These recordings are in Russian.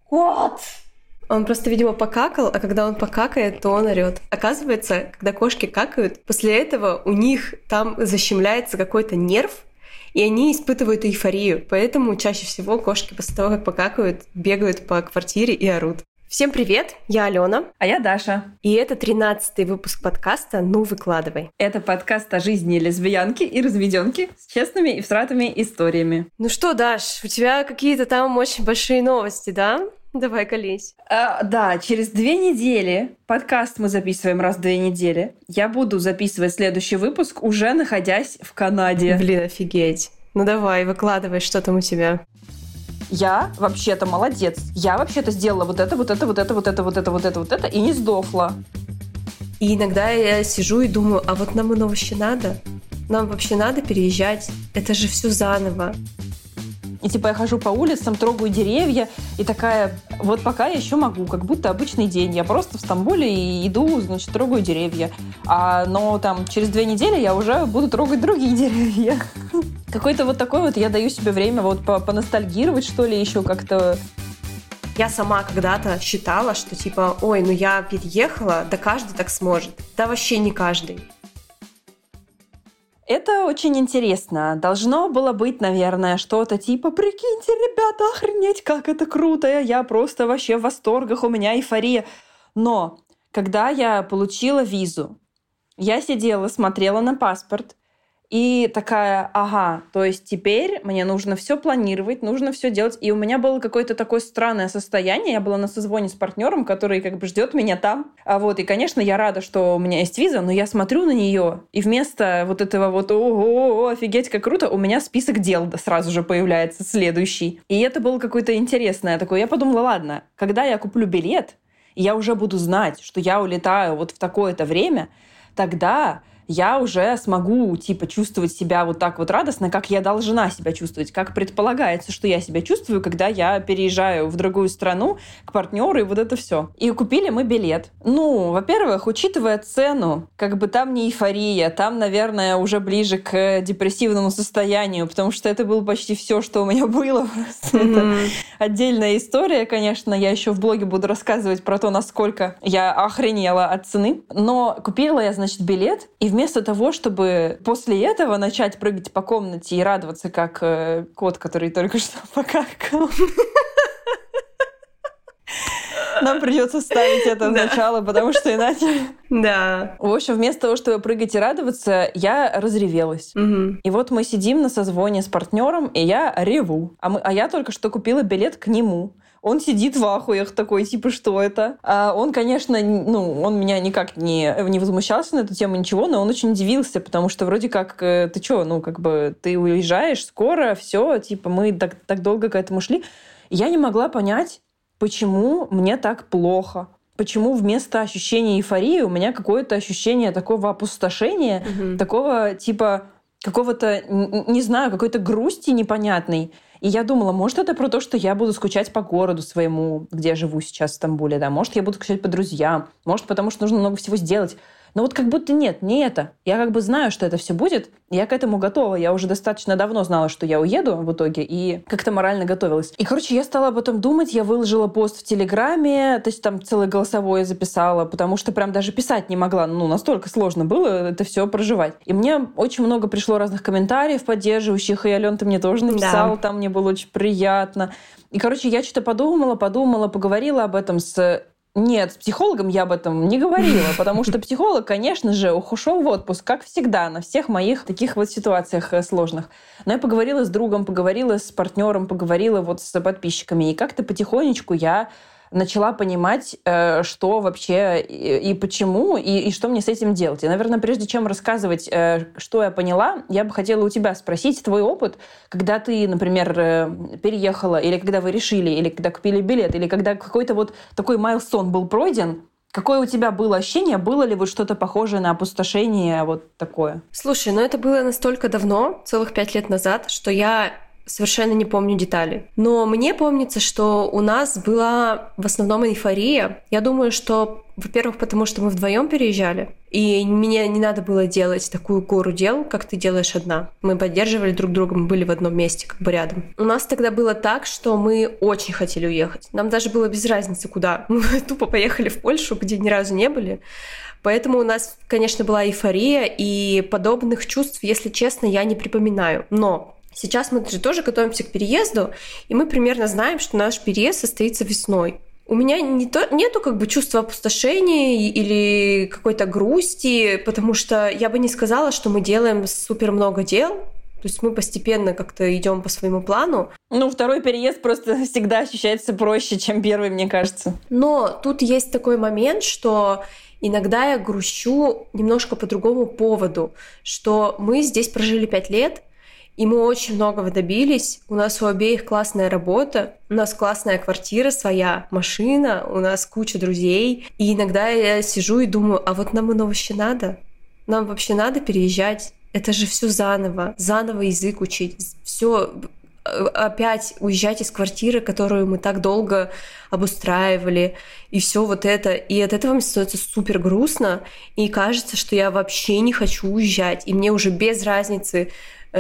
Кот! Он просто, видимо, покакал, а когда он покакает, то он орёт. Оказывается, когда кошки какают, после этого у них там защемляется какой-то нерв, и они испытывают эйфорию. Поэтому чаще всего кошки после того, как покакают, бегают по квартире и орут. Всем привет, я Алена. А я Даша. И это 13-й выпуск подкаста «Ну, выкладывай». Это подкаст о жизни лесбиянки и разведенки с честными и всратыми историями. Ну что, Даш, у тебя какие-то там очень большие новости, да? Давай, колись. Да, через 2 недели, подкаст мы записываем раз в 2 недели, я буду записывать следующий выпуск, уже находясь в Канаде. Блин, офигеть. Ну давай, выкладывай, что там у тебя. Я вообще-то молодец. Я вообще-то сделала вот это, и не сдохла. И иногда я сижу и думаю, а вот нам оно вообще надо? Нам вообще надо переезжать? Это же все заново. И типа я хожу по улицам, трогаю деревья, и такая, вот пока я еще могу, как будто обычный день. Я просто в Стамбуле и иду, значит, трогаю деревья. Но там через 2 недели я уже буду трогать другие деревья. Какой-то вот такой вот, я даю себе время вот поностальгировать, что ли, еще как-то. Я сама когда-то считала, что типа, ой, ну я переехала, да каждый так сможет. Да вообще не каждый. Это очень интересно. Должно было быть, наверное, что-то типа «Прикиньте, ребята, охренеть, как это круто! Я просто вообще в восторгах, у меня эйфория». Но когда я получила визу, я сидела, смотрела на паспорт и такая, ага, то есть теперь мне нужно все планировать, нужно все делать. И у меня было какое-то такое странное состояние. Я была на созвоне с партнером, который как бы ждет меня там. И, конечно, я рада, что у меня есть виза, но я смотрю на нее, и вместо вот этого вот «Ого, офигеть, как круто», у меня список дел сразу же появляется следующий. И это было какое-то интересное такое. Я подумала, ладно, когда я куплю билет, и я уже буду знать, что я улетаю вот в такое-то время, тогда я уже смогу, чувствовать себя вот так вот радостно, как я должна себя чувствовать, как предполагается, что я себя чувствую, когда я переезжаю в другую страну к партнеру, и вот это все. И купили мы билет. Во-первых, учитывая цену, как бы там не эйфория, там, наверное, уже ближе к депрессивному состоянию, потому что это было почти все, что у меня было. Это отдельная история, конечно. Я еще в блоге буду рассказывать про то, насколько я охренела от цены. Но купила я, значит, билет, и вместо того, чтобы после этого начать прыгать по комнате и радоваться, как кот, который только что покакал, нам придется ставить это в начало, потому что иначе... Да. В общем, вместо того, чтобы прыгать и радоваться, я разревелась. И вот мы сидим на созвоне с партнером, и я реву. А я только что купила билет к нему. Он сидит в ахуях такой, что это? А он, конечно, он меня никак не возмущался на эту тему, ничего, но он очень удивился, потому что вроде как, ты чё, ты уезжаешь скоро, все, мы так долго к этому шли. И я не могла понять, почему мне так плохо. Почему вместо ощущения эйфории у меня какое-то ощущение такого опустошения, такого какого-то, не знаю, какой-то грусти непонятной. И я думала, может, это про то, что я буду скучать по городу своему, где я живу сейчас, в Стамбуле, да? Может, я буду скучать по друзьям, может, потому что нужно много всего сделать. Но вот как будто нет, не это. Я как бы знаю, что это все будет, я к этому готова. Я уже достаточно давно знала, что я уеду в итоге, и как-то морально готовилась. И, я стала об этом думать, я выложила пост в Телеграме, то есть там целое голосовое записала, потому что прям даже писать не могла. Настолько сложно было это все проживать. И мне очень много пришло разных комментариев поддерживающих, и Алён, ты мне тоже написала, там мне было очень приятно. И, я что-то подумала, поговорила об этом Нет, с психологом я об этом не говорила, потому что психолог, конечно же, ушел в отпуск, как всегда, на всех моих таких вот ситуациях сложных. Но я поговорила с другом, поговорила с партнером, поговорила с подписчиками, и как-то потихонечку я начала понимать, что вообще и почему, и что мне с этим делать. И, наверное, прежде чем рассказывать, что я поняла, я бы хотела у тебя спросить твой опыт, когда ты, например, переехала, или когда вы решили, или когда купили билет, или когда какой-то вот такой майлстоун был пройден. Какое у тебя было ощущение? Было ли вот что-то похожее на опустошение вот такое? Слушай, это было настолько давно, целых 5 лет назад, что я совершенно не помню детали. Но мне помнится, что у нас была в основном эйфория. Я думаю, что, во-первых, потому что мы вдвоем переезжали, И мне не надо было делать такую гору дел, как ты делаешь одна. Мы поддерживали друг друга, мы были в одном месте, как бы рядом. У нас тогда было так, что мы очень хотели уехать. Нам даже было без разницы, куда. Мы тупо поехали в Польшу, где ни разу не были. Поэтому у нас, конечно, была эйфория, и подобных чувств, если честно, я не припоминаю. Но сейчас мы же тоже готовимся к переезду, и мы примерно знаем, что наш переезд состоится весной. У меня нету как бы чувства опустошения или какой-то грусти, потому что я бы не сказала, что мы делаем супер много дел. То есть мы постепенно как-то идем по своему плану. Ну, второй переезд просто всегда ощущается проще, чем первый, мне кажется. Но тут есть такой момент, что иногда я грущу немножко по другому поводу, что мы здесь прожили 5 лет, и мы очень многого добились. У нас у обеих классная работа, у нас классная квартира своя, машина, у нас куча друзей. И иногда я сижу и думаю, а вот нам оно вообще надо? Нам вообще надо переезжать? Это же все заново язык учить, все опять уезжать из квартиры, которую мы так долго обустраивали, и все вот это. И от этого мне становится супер грустно, и кажется, что я вообще не хочу уезжать, и мне уже без разницы,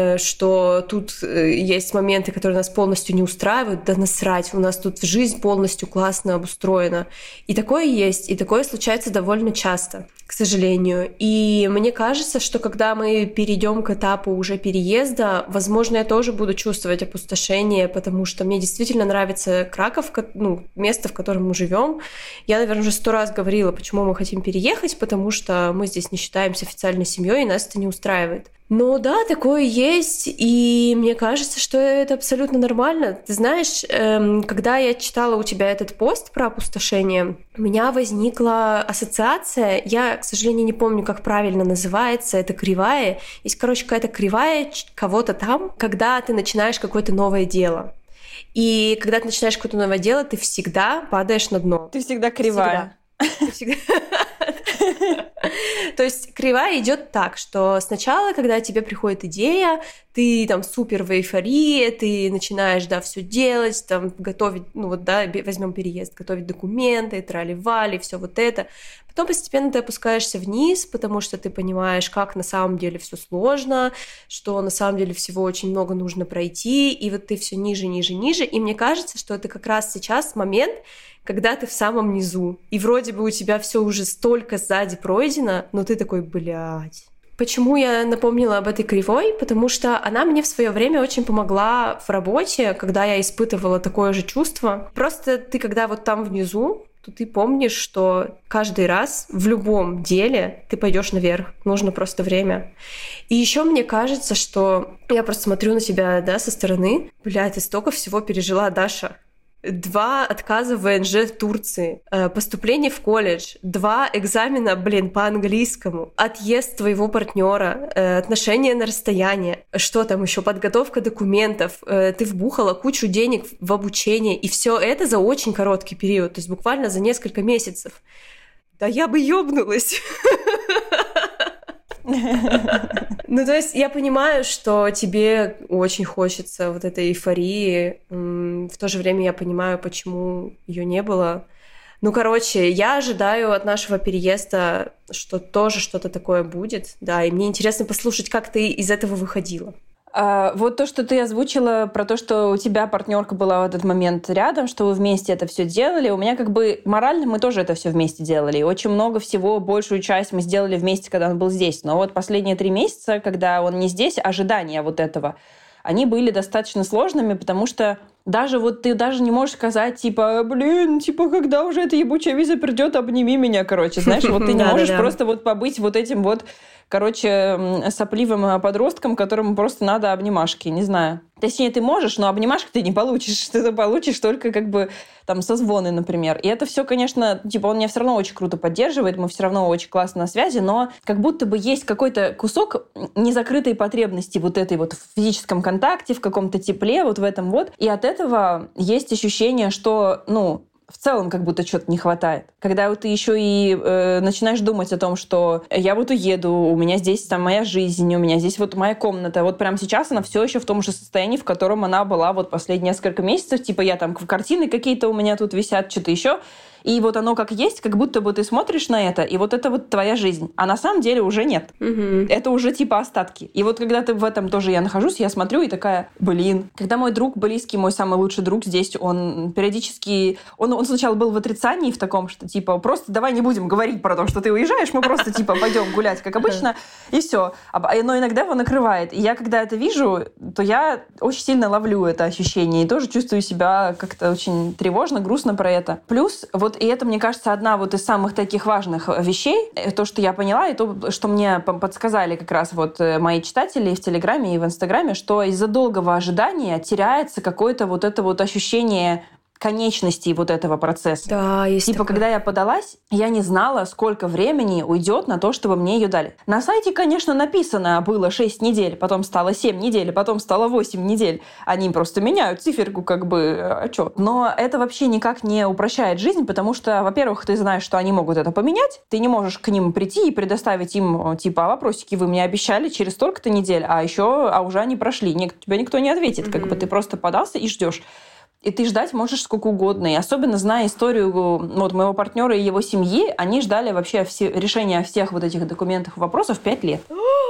что тут есть моменты, которые нас полностью не устраивают, да насрать, у нас тут жизнь полностью классно обустроена. И такое есть, и такое случается довольно часто, к сожалению. И мне кажется, что когда мы перейдем к этапу уже переезда, возможно, я тоже буду чувствовать опустошение, потому что мне действительно нравится Краков, место, в котором мы живем. Я, наверное, уже 100 раз говорила, почему мы хотим переехать, потому что мы здесь не считаемся официальной семьей, и нас это не устраивает. Но да, такое есть, и мне кажется, что это абсолютно нормально. Ты знаешь, когда я читала у тебя этот пост про опустошение, у меня возникла ассоциация, я, к сожалению, не помню, как правильно называется, это кривая. Есть, короче, какая-то кривая кого-то там, когда ты начинаешь какое-то новое дело. И когда ты начинаешь какое-то новое дело, ты всегда падаешь на дно. Ты всегда кривая. То есть кривая идет так, что сначала, когда тебе приходит идея, ты там супер в эйфории, ты начинаешь, все делать, там готовить, возьмем переезд, готовить документы, трали-вали, все вот это. Потом постепенно ты опускаешься вниз, потому что ты понимаешь, как на самом деле все сложно, что на самом деле всего очень много нужно пройти, и вот ты все ниже, ниже, ниже. И мне кажется, что это как раз сейчас момент, когда ты в самом низу, и вроде бы у тебя все уже столько сзади пройдено, но ты такой, блядь. Почему я напомнила об этой кривой? Потому что она мне в свое время очень помогла в работе, когда я испытывала такое же чувство. Просто ты, когда вот там внизу, то ты помнишь, что каждый раз в любом деле ты пойдешь наверх. Нужно просто время. И еще мне кажется, что я просто смотрю на себя, со стороны. Бля, ты столько всего пережила, Даша. 2 отказа в ВНЖ в Турции, поступление в колледж, 2 экзамена, по английскому, отъезд твоего партнера, отношения на расстояние, что там еще, подготовка документов, ты вбухала кучу денег в обучение, и все это за очень короткий период, то есть буквально за несколько месяцев. Да я бы ёбнулась. То есть я понимаю, что тебе очень хочется вот этой эйфории. В то же время я понимаю, почему ее не было. Я ожидаю от нашего переезда, что тоже что-то такое будет. Да, и мне интересно послушать, как ты из этого выходила. Вот то, что ты озвучила про то, что у тебя партнерка была в этот момент рядом, что вы вместе это все делали. У меня морально мы тоже это все вместе делали. И очень много всего, большую часть мы сделали вместе, когда он был здесь. Но вот последние 3 месяца, когда он не здесь, ожидания вот этого, они были достаточно сложными, потому что ты даже не можешь сказать, когда уже эта ебучая виза придет, обними меня, знаешь, ты не можешь просто побыть этим сопливым подростком, которому просто надо обнимашки, не знаю. Точнее, ты можешь, но обнимашки ты не получишь. Ты получишь только созвоны, например. И это все, конечно, он меня все равно очень круто поддерживает, мы все равно очень классно на связи, но как будто бы есть какой-то кусок незакрытой потребности этой в физическом контакте, в каком-то тепле, в этом . И от этого есть ощущение, что, в целом как будто что-то не хватает. Когда ты еще и начинаешь думать о том, что я уеду, у меня здесь моя жизнь, у меня здесь моя комната. Прямо сейчас она все еще в том же состоянии, в котором она была последние несколько месяцев. Я картины какие-то у меня тут висят, что-то еще. И вот оно как есть, как будто бы ты смотришь на это, и вот это вот твоя жизнь. А на самом деле уже нет. Это уже типа остатки. И вот когда ты в этом тоже я нахожусь, я смотрю и такая, блин. Когда мой друг близкий, мой самый лучший друг здесь, он периодически... Он сначала был в отрицании в таком, что типа просто давай не будем говорить про то, что ты уезжаешь, мы просто типа пойдем гулять, как обычно, и все. Но иногда его накрывает. И я когда это вижу, то я очень сильно ловлю это ощущение и тоже чувствую себя как-то очень тревожно, грустно про это. Плюс вот, и это, мне кажется, одна вот из самых таких важных вещей, то, что я поняла, и то, что мне подсказали как раз вот мои читатели и в Телеграме, и в Инстаграме, что из-за долгого ожидания теряется какое-то вот это вот ощущение конечности вот этого процесса. Да, есть типа, такое. когда я подалась, я не знала, сколько времени уйдет на то, чтобы мне ее дали. На сайте, конечно, написано было 6 недель, потом стало 7 недель, потом стало 8 недель. Они просто меняют циферку, как бы, а чё? Но это вообще никак не упрощает жизнь, потому что, во-первых, ты знаешь, что они могут это поменять, ты не можешь к ним прийти и предоставить им, типа, вопросики вы мне обещали через столько-то недель, а уже они прошли. Тебе никто не ответит, как бы ты просто подался и ждешь. И ты ждать можешь сколько угодно. И особенно зная историю вот, моего партнера и его семьи, они ждали вообще решения всех вот этих документов и вопросов 5 лет.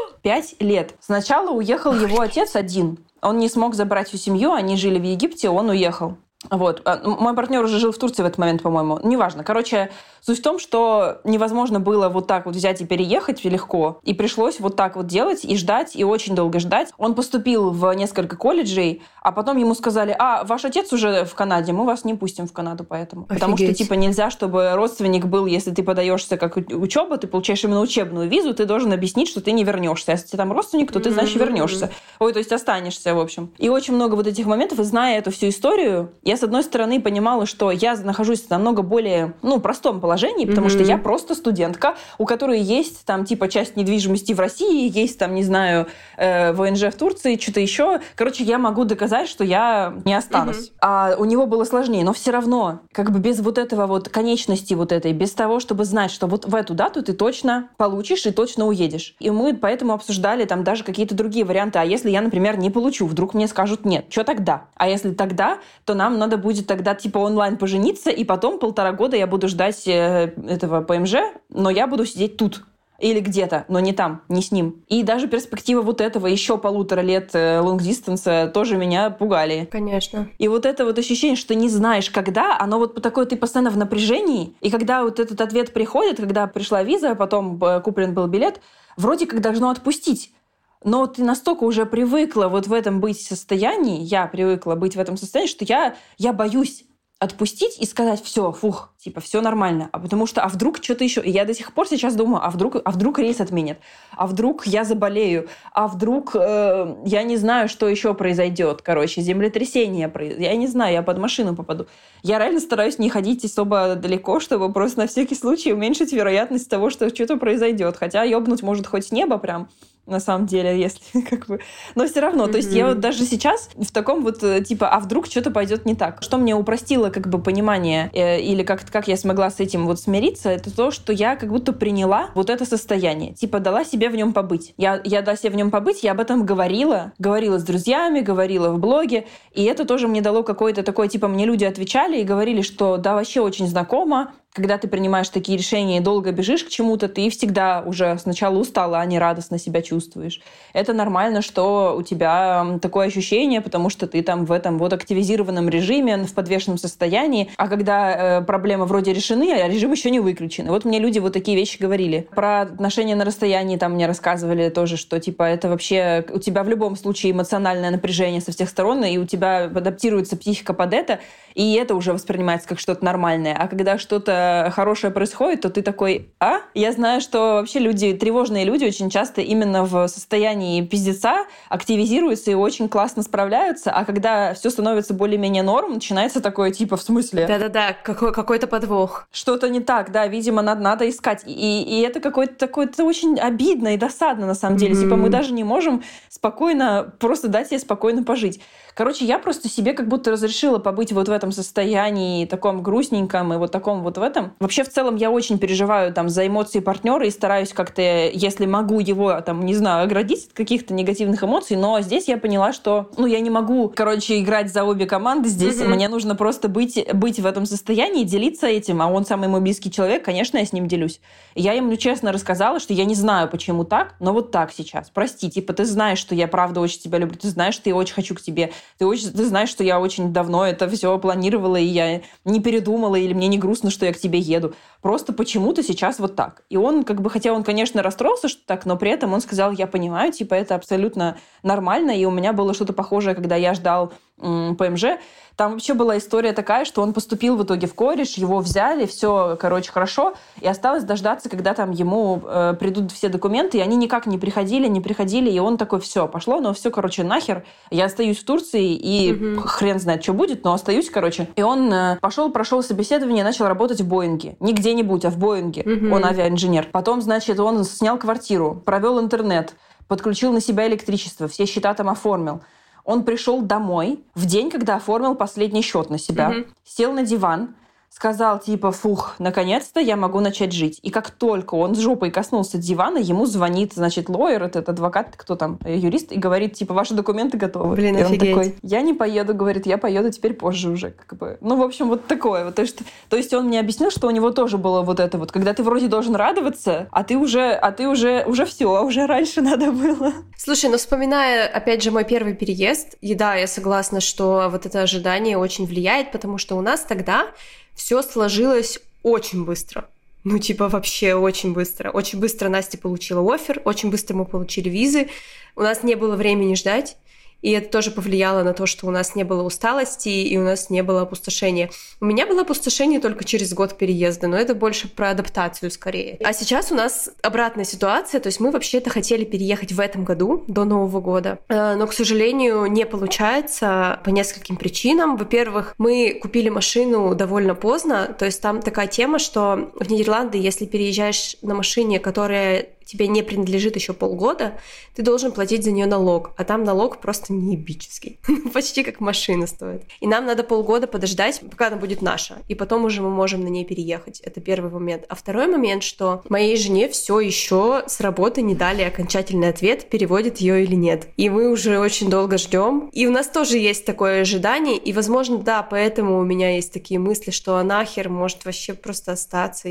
5 лет. Сначала уехал его отец один. Он не смог забрать всю семью, они жили в Египте, он уехал. Вот. Мой партнер уже жил в Турции в этот момент, по-моему. Неважно. Короче, суть в том, что невозможно было вот так вот взять и переехать легко. И пришлось вот так вот делать и ждать, и очень долго ждать. Он поступил в несколько колледжей, а потом ему сказали, ваш отец уже в Канаде, мы вас не пустим в Канаду поэтому. Офигеть. Потому что, типа, нельзя, чтобы родственник был, если ты подаешься как учеба, ты получаешь именно учебную визу, ты должен объяснить, что ты не вернешься. Если ты там родственник, то ты, значит, вернешься. То есть останешься, в общем. И очень много вот этих моментов, и зная эту всю историю, я, с одной стороны, понимала, что я нахожусь в намного более, простом положении, потому что я просто студентка, у которой есть там, типа, часть недвижимости в России, есть там, не знаю, ВНЖ в Турции, что-то еще. Короче, я могу доказать, что я не останусь. А у него было сложнее, но все равно, как бы без вот этого вот конечности вот этой, без того, чтобы знать, что вот в эту дату ты точно получишь и точно уедешь. И мы поэтому обсуждали там даже какие-то другие варианты. А если я, например, не получу, вдруг мне скажут нет, что тогда? А если тогда, то нам надо будет тогда типа онлайн пожениться, и потом 1,5 года я буду ждать этого ПМЖ, но я буду сидеть тут. Или где-то, но не там, не с ним. И даже перспектива вот этого еще 1,5 лет лонгдистанса тоже меня пугали. Конечно. И вот это вот ощущение, что не знаешь, когда, оно вот такое, ты постоянно в напряжении. И когда вот этот ответ приходит, когда пришла виза, потом куплен был билет, вроде как должно отпустить. Но ты настолько уже привыкла вот в этом быть состоянии, я привыкла быть в этом состоянии, что я боюсь отпустить и сказать все, типа все нормально, потому что вдруг что-то еще, и я до сих пор сейчас думаю, а вдруг рейс отменят, а вдруг я заболею, а вдруг я не знаю, что еще произойдет, землетрясение, я не знаю, я под машину попаду. Я реально стараюсь не ходить особо далеко, чтобы просто на всякий случай уменьшить вероятность того, что что-то произойдет, хотя ёбнуть может хоть с неба прям. На самом деле, если как бы... Но все равно, то есть я вот даже сейчас в таком вот, типа, а вдруг что-то пойдет не так? Что мне упростило как бы понимание, или как я смогла с этим вот смириться, это то, что я как будто приняла вот это состояние. Типа, дала себе в нем побыть. Я дала себе в нем побыть, я об этом говорила с друзьями, говорила в блоге, и это тоже мне дало какое-то такое, типа, мне люди отвечали и говорили, что да, вообще очень знакомо, когда ты принимаешь такие решения и долго бежишь к чему-то, ты всегда уже сначала устала, а не радостно себя чувствуешь. Это нормально, что у тебя такое ощущение, потому что ты там в этом вот активизированном режиме, в подвешенном состоянии, а когда проблемы вроде решены, а режим еще не выключен. И вот мне люди вот такие вещи говорили. Про отношения на расстоянии там мне рассказывали тоже, что типа это вообще у тебя в любом случае эмоциональное напряжение со всех сторон, и у тебя адаптируется психика под это, и это уже воспринимается как что-то нормальное. А когда что-то хорошее происходит, то ты такой, Я знаю, что вообще тревожные люди очень часто именно в состоянии пиздеца активизируются и очень классно справляются, а когда все становится более-менее норм, начинается такое, типа, в смысле? Да-да-да, какой-то подвох. Что-то не так, да, видимо, надо искать. И это какое-то такое очень обидно и досадно, на самом деле. Типа, мы даже не можем спокойно, просто дать себе спокойно пожить. Короче, я просто себе как будто разрешила побыть вот в этом этом состоянии таком грустненьком и вот таком вот в этом. Вообще, в целом, я очень переживаю там за эмоции партнера и стараюсь как-то, если могу его, там, не знаю, оградить от каких-то негативных эмоций, но здесь я поняла, что, я не могу, играть за обе команды здесь. Мне нужно просто быть в этом состоянии, делиться этим, а он самый мой близкий человек, конечно, я с ним делюсь. Я ему честно рассказала, что я не знаю, почему так, но вот так сейчас. Прости, ты знаешь, что я правда очень тебя люблю, ты знаешь, что я очень хочу к тебе, ты знаешь, что я очень давно это все планировала, и я не передумала, или мне не грустно, что я к тебе еду. Просто почему-то сейчас вот так. И он, хотя он, конечно, расстроился, что так, но при этом он сказал, я понимаю, это абсолютно нормально, и у меня было что-то похожее, когда я ждал ПМЖ. Там вообще была история такая, что он поступил в итоге в колледж, его взяли, все, хорошо, и осталось дождаться, когда там ему придут все документы, и они никак не приходили, и он такой, все, пошло, но все, нахер, я остаюсь в Турции, и хрен знает, что будет, но остаюсь, И он прошел собеседование, начал работать в Боинге. Не где-нибудь, а в Боинге. Он авиаинженер. Потом, он снял квартиру, провел интернет, подключил на себя электричество, все счета там оформил. Он пришел домой в день, когда оформил последний счет на себя, сел на диван, сказал, фух, наконец-то я могу начать жить. И как только он с жопой коснулся дивана, ему звонит, лоер, этот адвокат, кто там, юрист, и говорит, ваши документы готовы. Блин, и он офигеть. такой, я не поеду, говорит, я поеду теперь позже уже. В общем, вот такое. То есть он мне объяснил, что у него тоже было вот это вот, когда ты вроде должен радоваться, а ты уже все, а уже раньше надо было. Слушай, вспоминая, опять же, мой первый переезд, и да, я согласна, что вот это ожидание очень влияет, потому что у нас тогда все сложилось очень быстро. Вообще очень быстро. Очень быстро Настя получила оффер, очень быстро мы получили визы. У нас не было времени ждать. И это тоже повлияло на то, что у нас не было усталости и у нас не было опустошения. У меня было опустошение только через год переезда, но это больше про адаптацию скорее. А сейчас у нас обратная ситуация, то есть мы вообще-то хотели переехать в этом году, до Нового года, но, к сожалению, не получается по нескольким причинам. Во-первых, мы купили машину довольно поздно, то есть там такая тема, что в Нидерланды, если переезжаешь на машине, которая тебе не принадлежит еще полгода, ты должен платить за нее налог. А там налог просто неебический. Почти как машина стоит. И нам надо полгода подождать, пока она будет наша. И потом уже мы можем на ней переехать. Это первый момент. А второй момент, что моей жене все еще с работы не дали окончательный ответ, переводит ее или нет. И мы уже очень долго ждем. И у нас тоже есть такое ожидание. И, возможно, да, поэтому у меня есть такие мысли, что нахер может вообще просто остаться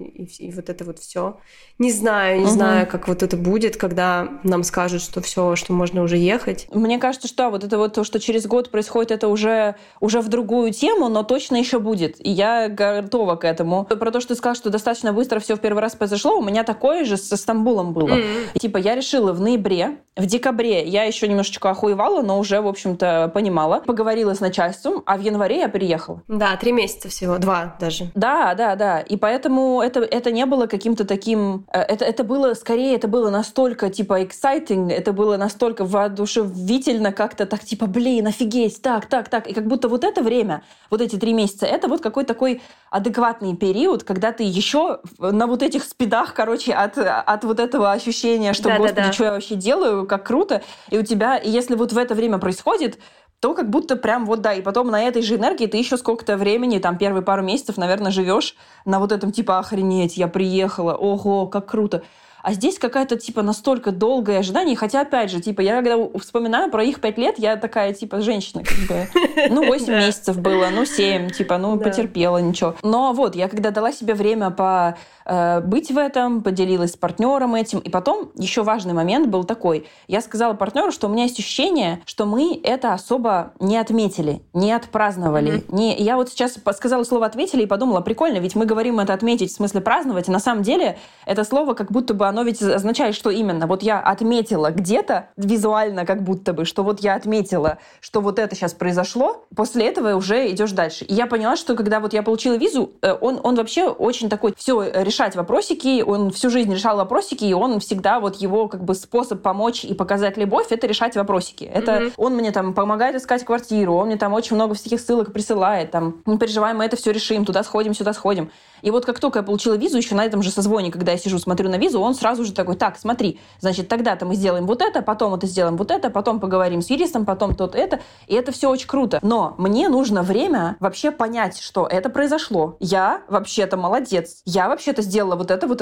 и вот это вот все. Не знаю, как вот это будет, когда нам скажут, что все, что можно уже ехать. Мне кажется, что вот это вот то, что через год происходит, это уже в другую тему, но точно еще будет. И я готова к этому. Про то, что ты сказал, что достаточно быстро все в первый раз произошло, у меня такое же со Стамбулом было. Я решила в ноябре, в декабре я еще немножечко охуевала, но уже, в общем-то, понимала. Поговорила с начальством, а в январе я переехала. Да, 3 месяца всего, 2 даже. Да. И поэтому это не было каким-то таким... Это было скорее, это было настолько, exciting, это было настолько воодушевительно, как-то так, блин, офигеть, так. И как будто вот это время, вот эти 3 месяца, это вот какой-то такой адекватный период, когда ты еще на вот этих спидах, от вот этого ощущения, что, господи, что я вообще делаю, как круто, и у тебя, если вот в это время происходит, то как будто прям и потом на этой же энергии ты еще сколько-то времени, там первые пару месяцев, наверное, живешь на вот этом охренеть, я приехала, ого, как круто. А здесь какая-то, настолько долгое ожидание. Хотя, опять же, я когда вспоминаю про их 5 лет, я такая, женщина, 8 месяцев было, 7, потерпела, ничего. Но я когда дала себе время быть в этом, поделилась с партнером этим. И потом еще важный момент был такой. Я сказала партнеру, что у меня есть ощущение, что мы это особо не отметили, не отпраздновали. Я вот сейчас сказала слово «отметили» и подумала, прикольно, ведь мы говорим это «отметить» в смысле праздновать, и на самом деле это слово как будто бы оно ведь означает, что именно. Вот я отметила где-то визуально как будто бы, что вот я отметила, что вот это сейчас произошло, после этого уже идешь дальше. И я поняла, что когда я получила визу, он вообще очень такой, все, решать вопросики, он всю жизнь решал вопросики, и он всегда его способ помочь и показать любовь — это решать вопросики. Это он мне помогает искать квартиру, он мне очень много всяких ссылок присылает, не переживай, мы это все решим, туда сходим, сюда сходим. И как только я получила визу, еще на этом же созвоне, когда я сижу, смотрю на визу, он сразу же такой, так, смотри, значит, тогда-то мы сделаем вот это, потом это сделаем вот это, потом поговорим с юристом, потом то это, и это все очень круто. Но мне нужно время вообще понять, что это произошло. Я вообще-то молодец. Я вообще-то сделала вот это,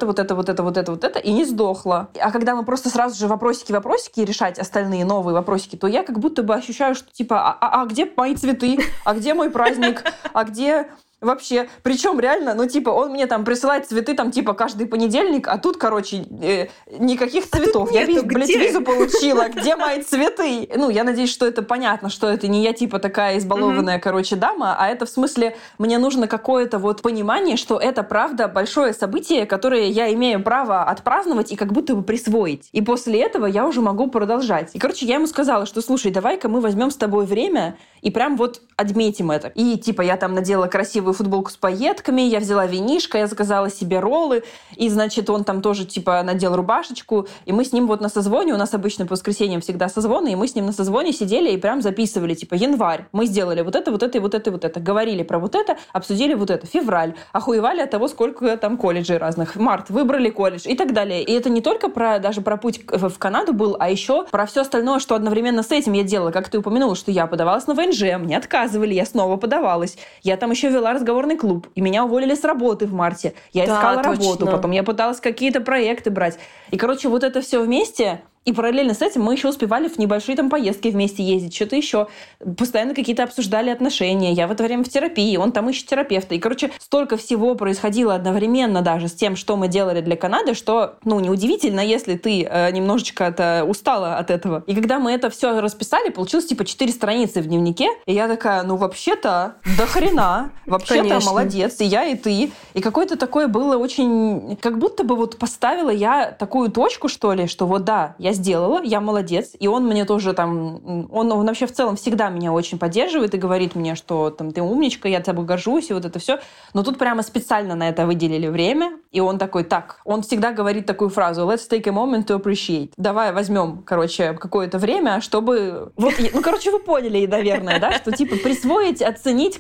и не сдохла. А когда мы просто сразу же вопросики решать остальные новые вопросики, то я как будто бы ощущаю, что типа, а где мои цветы? А где мой праздник? А где... Вообще, причем реально, он мне там присылает цветы там типа каждый понедельник, а тут, короче, никаких цветов. Я, визу получила, где мои цветы? Я надеюсь, что это понятно, что это не я типа такая избалованная, дама, а это в смысле мне нужно какое-то понимание, что это правда большое событие, которое я имею право отпраздновать и как будто бы присвоить. И после этого я уже могу продолжать. И, я ему сказала, что, слушай, давай-ка мы возьмем с тобой время и прям отметим это. И я там надела красивую футболку с пайетками, я взяла винишко, я заказала себе роллы, и, значит, он там тоже, надел рубашечку, и мы с ним на созвоне, у нас обычно по воскресеньям всегда созвоны, и мы с ним на созвоне сидели и прям записывали, январь, мы сделали вот это, говорили про вот это, обсудили вот это, февраль, охуевали от того, сколько там колледжей разных, март, выбрали колледж и так далее. И это не только даже про путь в Канаду был, а еще про все остальное, что одновременно с этим я делала. Как ты упомянула, что я подавалась на ВНЖ, мне отказывали, я снова подавалась. Я там еще вела разговорный клуб, и меня уволили с работы в марте. Я искала работу, потом я пыталась какие-то проекты брать. И, вот это все вместе... И параллельно с этим мы еще успевали в небольшие поездки вместе ездить, что-то еще. Постоянно какие-то обсуждали отношения. Я в это время в терапии, он там ищет терапевта. И, столько всего происходило одновременно даже с тем, что мы делали для Канады, что, неудивительно, если ты немножечко устала от этого. И когда мы это все расписали, получилось 4 страницы в дневнике. И я такая, вообще-то, до хрена. Вообще-то, конечно. Молодец. И я, и ты. И какое-то такое было очень... Как будто бы поставила я такую точку, что ли, что да, я сделала, я молодец, и он мне тоже он вообще в целом всегда меня очень поддерживает и говорит мне, что ты умничка, я тобой горжусь, и это все. Но тут прямо специально на это выделили время, и он такой, он всегда говорит такую фразу: let's take a moment to appreciate. Давай возьмем, какое-то время, чтобы... вы поняли, наверное, да, что присвоить, оценить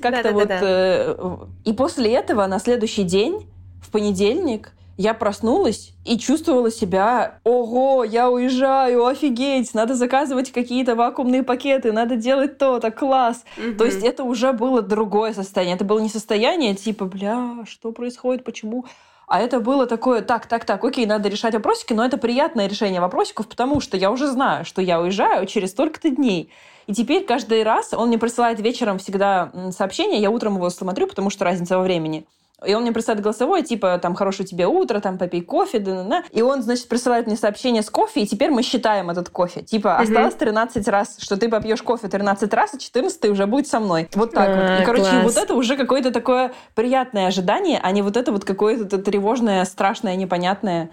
как-то И после этого на следующий день, в понедельник, я проснулась и чувствовала себя: ого, я уезжаю, офигеть, надо заказывать какие-то вакуумные пакеты, надо делать то-то, класс. То есть это уже было другое состояние. Это было не состояние что происходит, почему... А это было такое, так, окей, надо решать вопросики, но это приятное решение вопросиков, потому что я уже знаю, что я уезжаю через столько-то дней. И теперь каждый раз он мне присылает вечером всегда сообщение, я утром его смотрю, потому что разница во времени. И он мне присылает голосовое, хорошее тебе утро, попей кофе, да-да-да. И он, значит, присылает мне сообщение с кофе, и теперь мы считаем этот кофе. Осталось 13 раз, что ты попьешь кофе 13 раз, а 14 уже будет со мной. Вот так вот. И, класс. Это уже какое-то такое приятное ожидание, а не это какое-то тревожное, страшное, непонятное.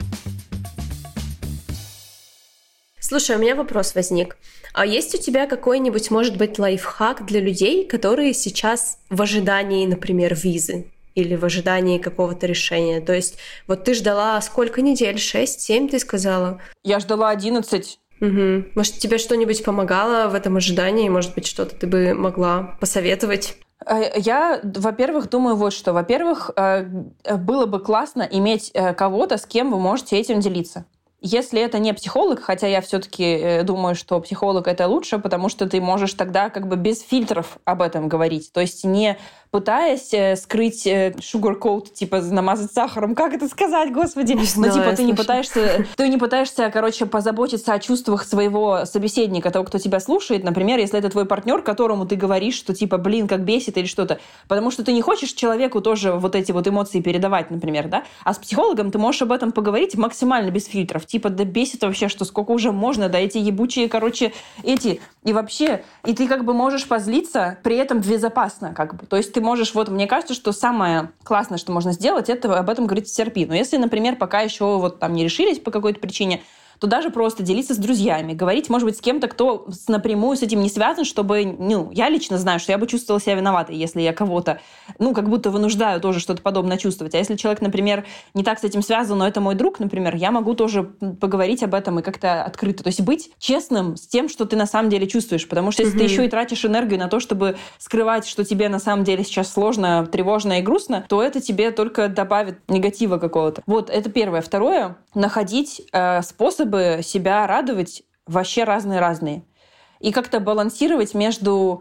Слушай, у меня вопрос возник. А есть у тебя какой-нибудь, может быть, лайфхак для людей, которые сейчас в ожидании, например, визы? Или в ожидании какого-то решения. То есть ты ждала сколько недель? 6, 7, ты сказала? Я ждала 11. Угу. Может, тебе что-нибудь помогало в этом ожидании? Может быть, что-то ты бы могла посоветовать? Я, во-первых, думаю что. Во-первых, было бы классно иметь кого-то, с кем вы можете этим делиться. Если это не психолог, хотя я все-таки думаю, что психолог — это лучше, потому что ты можешь тогда без фильтров об этом говорить. То есть не пытаясь скрыть sugarcoat, намазать сахаром. Как это сказать, господи? Ты не пытаешься, позаботиться о чувствах своего собеседника, того, кто тебя слушает. Например, если это твой партнер, которому ты говоришь, что как бесит или что-то. Потому что ты не хочешь человеку тоже эти эмоции передавать, например, да? А с психологом ты можешь об этом поговорить максимально без фильтров. Да бесит вообще, что сколько уже можно, да эти ебучие, эти. И вообще, и ты можешь позлиться, при этом безопасно, То есть ты можешь, мне кажется, что самое классное, что можно сделать, это об этом говорить в терапии. Но если, например, пока еще не решились по какой-то причине, то даже просто делиться с друзьями, говорить, может быть, с кем-то, кто напрямую с этим не связан, чтобы, я лично знаю, что я бы чувствовала себя виноватой, если я кого-то, как будто вынуждаю тоже что-то подобное чувствовать. А если человек, например, не так с этим связан, но это мой друг, например, я могу тоже поговорить об этом и как-то открыто. То есть быть честным с тем, что ты на самом деле чувствуешь. Потому что если ты еще и тратишь энергию на то, чтобы скрывать, что тебе на самом деле сейчас сложно, тревожно и грустно, то это тебе только добавит негатива какого-то. Вот, это первое. Второе, находить способы себя радовать вообще разные-разные. И как-то балансировать между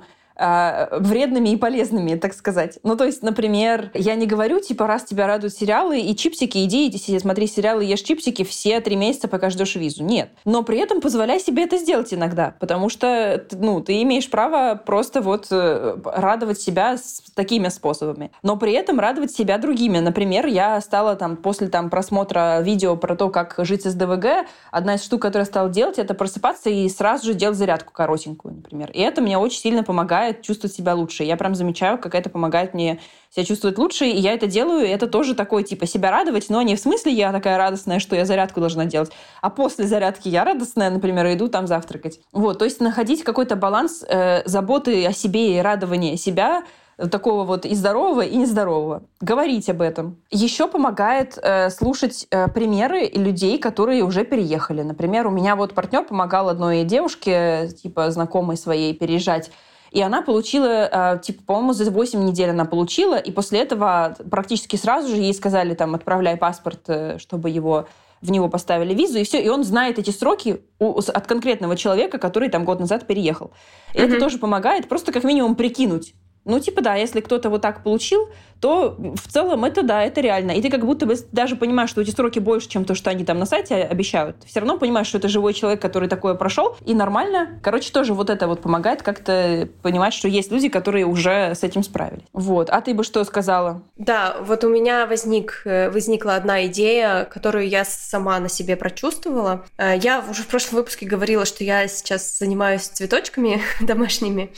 вредными и полезными, так сказать. То есть, например, я не говорю, раз тебя радуют сериалы и чипсики, иди смотри сериалы, ешь чипсики все 3 месяца, пока ждешь визу. Нет. Но при этом позволяй себе это сделать иногда, потому что, ты имеешь право просто радовать себя такими способами. Но при этом радовать себя другими. Например, я стала после просмотра видео про то, как жить с СДВГ, одна из штук, которую я стала делать, это просыпаться и сразу же делать зарядку коротенькую, например. И это мне очень сильно помогает чувствовать себя лучше. Я прям замечаю, как это помогает мне себя чувствовать лучше, и я это делаю, и это тоже такое, себя радовать, но не в смысле я такая радостная, что я зарядку должна делать, а после зарядки я радостная, например, иду завтракать. То есть находить какой-то баланс заботы о себе и радования себя, такого и здорового, и нездорового. Говорить об этом. Еще помогает слушать примеры людей, которые уже переехали. Например, у меня партнер помогал одной девушке, знакомой своей, переезжать. И она получила, по-моему, за 8 недель она получила, и после этого практически сразу же ей сказали, отправляй паспорт, чтобы в него поставили визу, и все. И он знает эти сроки от конкретного человека, который год назад переехал. И это тоже помогает просто как минимум прикинуть. Если кто-то так получил, то в целом это реально. И ты как будто бы даже понимаешь, что эти сроки больше, чем то, что они на сайте обещают. Ты все равно понимаешь, что это живой человек, который такое прошел, и нормально. Тоже это помогает как-то понимать, что есть люди, которые уже с этим справились. А ты бы что сказала? Да, у меня возникла одна идея, которую я сама на себе прочувствовала. Я уже в прошлом выпуске говорила, что я сейчас занимаюсь цветочками домашними.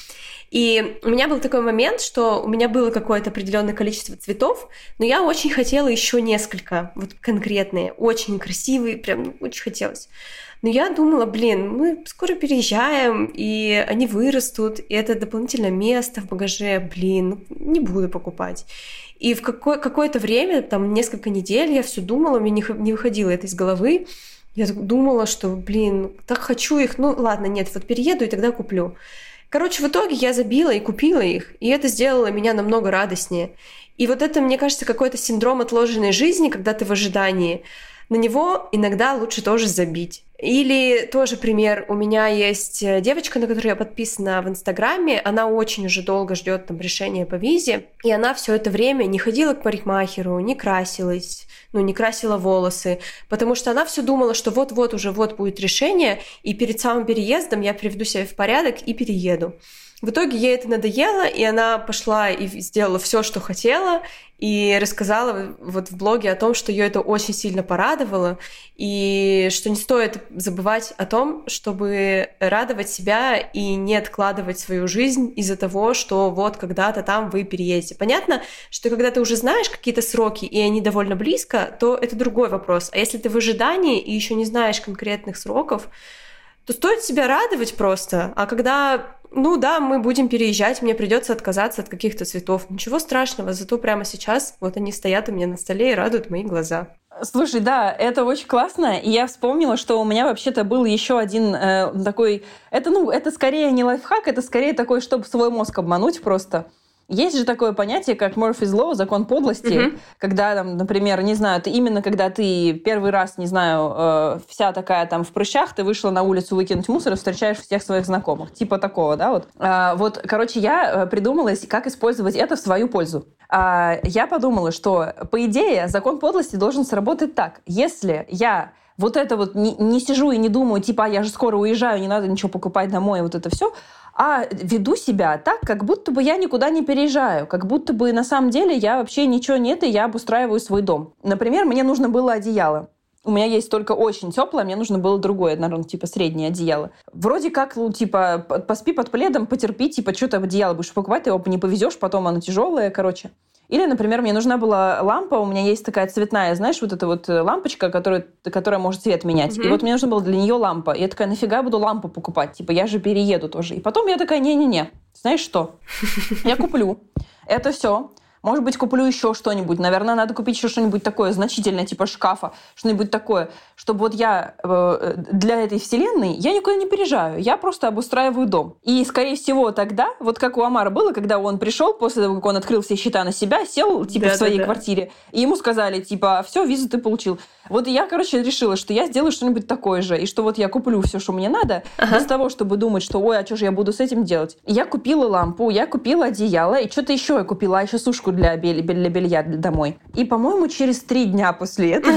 И у меня был такой момент, что у меня было какое-то определенное количество цветов, но я очень хотела еще несколько, конкретные, очень красивые, прям очень хотелось. Но я думала, мы скоро переезжаем, и они вырастут, и это дополнительное место в багаже, не буду покупать. И в какое-то время, несколько недель, я все думала, мне не выходило это из головы. Я думала, что, так хочу их, ладно, нет, перееду и тогда куплю. В итоге я забила и купила их, и это сделало меня намного радостнее. И это, мне кажется, какой-то синдром отложенной жизни, когда ты в ожидании. На него иногда лучше тоже забить. Или тоже пример. У меня есть девочка, на которую я подписана в Инстаграме. Она очень уже долго ждет решения по визе. И она все это время не ходила к парикмахеру, не красилась, не красила волосы. Потому что она все думала, что вот-вот уже будет решение, и перед самым переездом я приведу себя в порядок и перееду. В итоге ей это надоело, и она пошла и сделала все, что хотела, и рассказала в блоге о том, что ее это очень сильно порадовало, и что не стоит забывать о том, чтобы радовать себя и не откладывать свою жизнь из-за того, что когда-то вы переедете. Понятно, что когда ты уже знаешь какие-то сроки, и они довольно близко, то это другой вопрос. А если ты в ожидании и еще не знаешь конкретных сроков, то стоит себя радовать просто. А когда, мы будем переезжать, мне придется отказаться от каких-то цветов. Ничего страшного, зато прямо сейчас они стоят у меня на столе и радуют мои глаза. Слушай, да, это очень классно. И я вспомнила, что у меня вообще-то был еще один такой... Это скорее не лайфхак, это скорее такой, чтобы свой мозг обмануть просто. Есть же такое понятие, как Murphy's Law, закон подлости, когда, например, не знаю, когда ты первый раз, не знаю, вся такая в прыщах, ты вышла на улицу выкинуть мусор и встречаешь всех своих знакомых. Типа такого, да, я придумала, как использовать это в свою пользу. Я подумала, что, по идее, закон подлости должен сработать так. Если я не сижу и не думаю, я же скоро уезжаю, не надо ничего покупать домой, это все, а веду себя так, как будто бы я никуда не переезжаю, как будто бы на самом деле я вообще ничего нет, и я обустраиваю свой дом. Например, мне нужно было одеяло. У меня есть только очень теплое, мне нужно было другое, наверное, среднее одеяло. Вроде как, поспи под пледом, потерпи, что-то одеяло будешь покупать, ты его не повезешь, потом оно тяжелое, Или, например, мне нужна была лампа, у меня есть такая цветная, знаешь, вот эта вот лампочка, которая может цвет менять. И вот мне нужна была для нее лампа. И я такая, нафига буду лампу покупать? Типа, я же перееду тоже. И потом я такая, не-не-не, знаешь что? Я куплю это все. Может быть, куплю еще что-нибудь. Наверное, надо купить еще что-нибудь такое значительное, типа шкафа, что-нибудь такое, чтобы вот я для этой вселенной, я никуда не переезжаю, я просто обустраиваю дом. И, скорее всего, тогда, вот как у Амара было, когда он пришел, после того, как он открыл все счета на себя, сел, типа, в своей квартире, и ему сказали, типа, все, визу ты получил. Вот я, решила, что я сделаю что-нибудь такое же, и что вот я куплю все, что мне надо, без того, чтобы думать, что, ой, а что же я буду с этим делать? Я купила лампу, я купила одеяло, и что-то еще я купила, еще сушку для белья домой. И, по-моему, через 3 дня после этого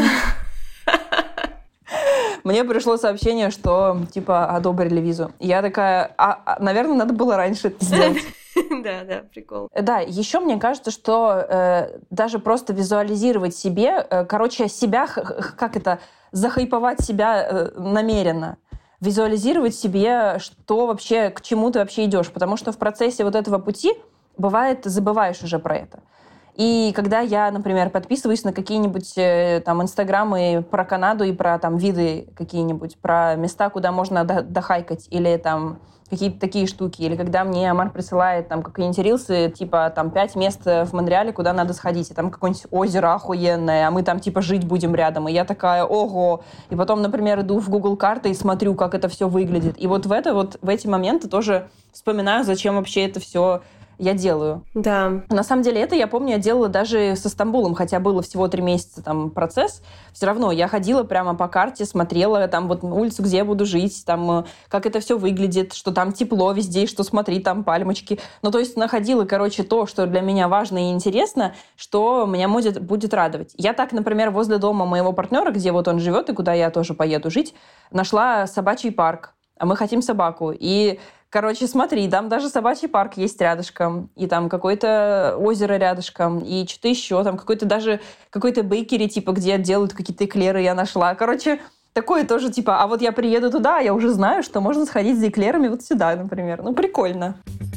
мне пришло сообщение, что, типа, одобрили визу. Я такая, наверное, надо было раньше это сделать. Да, прикол. Да, еще мне кажется, что даже просто визуализировать себе, себя, захайповать себя намеренно. Визуализировать себе, что вообще, к чему ты вообще идешь. Потому что в процессе вот этого пути, бывает, забываешь уже про это. И когда я, например, подписываюсь на какие-нибудь там инстаграмы про Канаду и про там виды какие-нибудь, про места, куда можно дохайкать, или там какие-то такие штуки, или когда мне Амар присылает там какие-нибудь рилсы, типа там 5 мест в Монреале, куда надо сходить, и там какое-нибудь озеро охуенное, а мы там типа жить будем рядом, и я такая, ого! И потом, например, иду в Google карты и смотрю, как это все выглядит. И вот в эти моменты тоже вспоминаю, зачем вообще это все я делаю. Да. На самом деле это, я помню, я делала даже со Стамбулом, хотя было всего 3 месяца там процесс. Все равно я ходила прямо по карте, смотрела там вот улицу, где я буду жить, там как это все выглядит, что там тепло везде, что смотри, там пальмочки. Ну, то есть находила, то, что для меня важно и интересно, что меня будет радовать. Я так, например, возле дома моего партнера, где вот он живет и куда я тоже поеду жить, нашла собачий парк. А мы хотим собаку. И смотри, там даже собачий парк есть рядышком, и там какое-то озеро рядышком, и что-то еще, там какой-то бейкери, типа, где делают какие-то эклеры, я нашла. Такое тоже, типа, а вот я приеду туда, я уже знаю, что можно сходить за эклерами вот сюда, например. Ну, прикольно.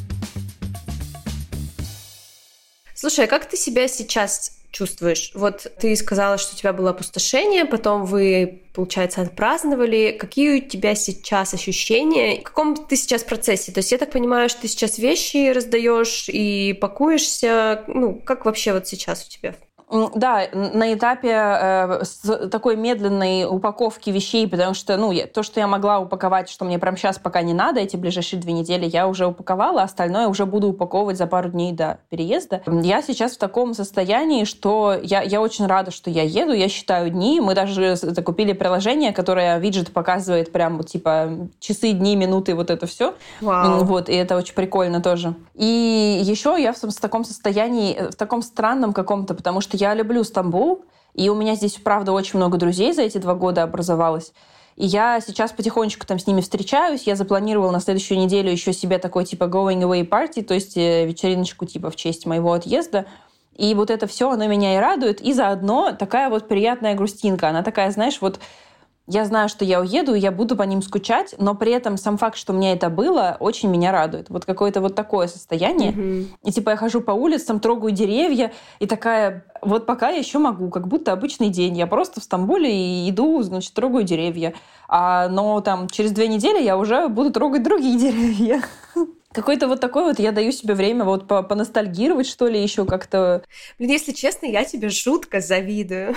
Слушай, а как ты себя сейчас чувствуешь? Вот ты сказала, что у тебя было опустошение, потом вы, получается, отпраздновали. Какие у тебя сейчас ощущения? В каком ты сейчас процессе? То есть я так понимаю, что ты сейчас вещи раздаешь и пакуешься. Ну, как вообще вот сейчас у тебя? Да, на этапе такой медленной упаковки вещей, потому что, то, что я могла упаковать, что мне прямо сейчас пока не надо, эти ближайшие 2 недели я уже упаковала, остальное уже буду упаковывать за пару дней до переезда. Я сейчас в таком состоянии, что я очень рада, что я еду, я считаю дни. Мы даже купили приложение, которое виджет показывает прям вот типа часы, дни, минуты, вот это все. Вау. Вот, и это очень прикольно тоже. И еще я в таком состоянии, в таком странном каком-то, потому что я люблю Стамбул, и у меня здесь, правда, очень много друзей за эти 2 года образовалось. И я сейчас потихонечку там с ними встречаюсь. Я запланировала на следующую неделю еще себе такой типа going away party, то есть вечериночку типа в честь моего отъезда. И вот это все, оно меня и радует. И заодно такая вот приятная грустинка. Она такая, знаешь, вот я знаю, что я уеду, и я буду по ним скучать, но при этом сам факт, что у меня это было, очень меня радует. Вот какое-то вот такое состояние. Mm-hmm. И типа я хожу по улицам, трогаю деревья, и такая, вот пока я еще могу, как будто обычный день. Я просто в Стамбуле и иду, значит, трогаю деревья. Но там через 2 недели я уже буду трогать другие деревья. Какой-то вот такой вот я даю себе время вот поностальгировать, что ли, еще как-то. Блин, если честно, я тебе жутко завидую.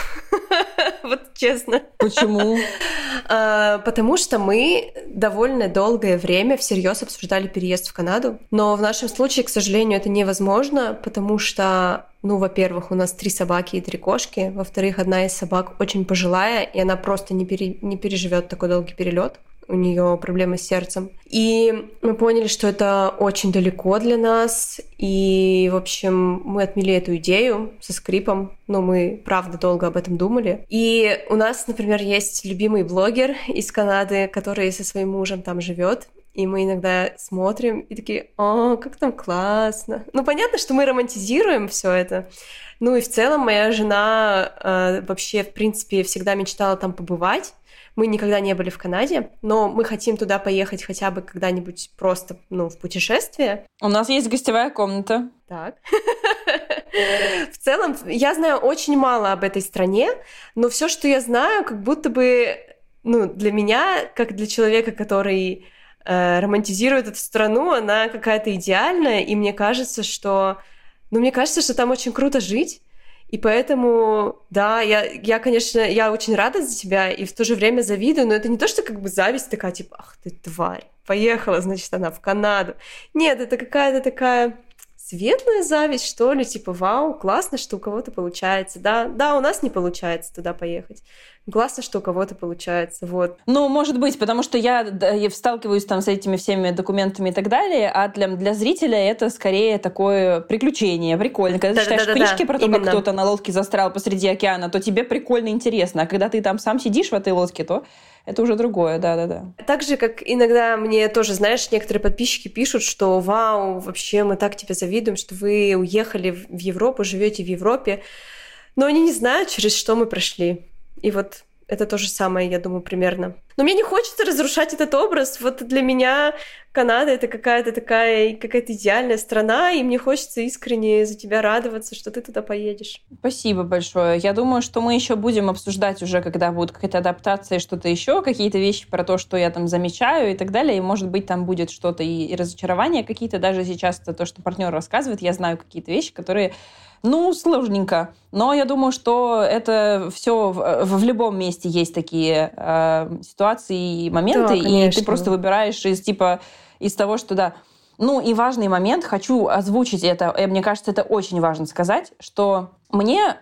Вот честно. Почему? Потому что мы довольно долгое время всерьез обсуждали переезд в Канаду. Но в нашем случае, к сожалению, это невозможно, потому что, во-первых, у нас 3 собаки и 3 кошки. Во-вторых, одна из собак очень пожилая, и она просто не переживет такой долгий перелет. У нее проблемы с сердцем. И мы поняли, что это очень далеко для нас. И, в общем, мы отмели эту идею со скрипом. Но мы, правда, долго об этом думали. И у нас, например, есть любимый блогер из Канады, который со своим мужем там живет. И мы иногда смотрим и такие, как там классно. Понятно, что мы романтизируем все это. И в целом моя жена вообще, в принципе, всегда мечтала там побывать. Мы никогда не были в Канаде, но мы хотим туда поехать хотя бы когда-нибудь просто, в путешествие. У нас есть гостевая комната. Так. В целом, я знаю очень мало об этой стране, но все, что я знаю, как будто бы, для меня, как для человека, который романтизирует эту страну, она какая-то идеальная, и мне кажется, что там очень круто жить. И поэтому, да, я, конечно, я очень рада за тебя и в то же время завидую, но это не то, что как бы зависть такая, типа, ах ты тварь, поехала, значит, она в Канаду. Нет, это какая-то такая светлая зависть, что ли, типа, вау, классно, что у кого-то получается. Да, у нас не получается туда поехать. Классно, что у кого-то получается, вот. Ну, может быть, потому что я сталкиваюсь там с этими всеми документами и так далее, а для зрителя это скорее такое приключение, прикольно. Когда ты читаешь книжки про то, как кто-то на лодке застрял посреди океана, то тебе прикольно интересно, а когда ты там сам сидишь в этой лодке, то это уже другое, да-да-да. Так же, как иногда мне тоже, знаешь, некоторые подписчики пишут, что вау, вообще мы так тебе завидуем, что вы уехали в Европу, живете в Европе, но они не знают, через что мы прошли. И вот это то же самое, я думаю, примерно. Но мне не хочется разрушать этот образ. Вот для меня Канада — это какая-то идеальная страна, и мне хочется искренне за тебя радоваться, что ты туда поедешь. Спасибо большое. Я думаю, что мы еще будем обсуждать уже, когда будет какая-то адаптация, что-то еще, какие-то вещи про то, что я там замечаю и так далее. И, может быть, там будет что-то и разочарования какие-то. Даже сейчас это то, что партнер рассказывает. Я знаю какие-то вещи, которые сложненько. Но я думаю, что это все в любом месте есть такие ситуации и моменты, да, и ты просто выбираешь из того, что да. И важный момент, хочу озвучить это, и мне кажется, это очень важно сказать, что мне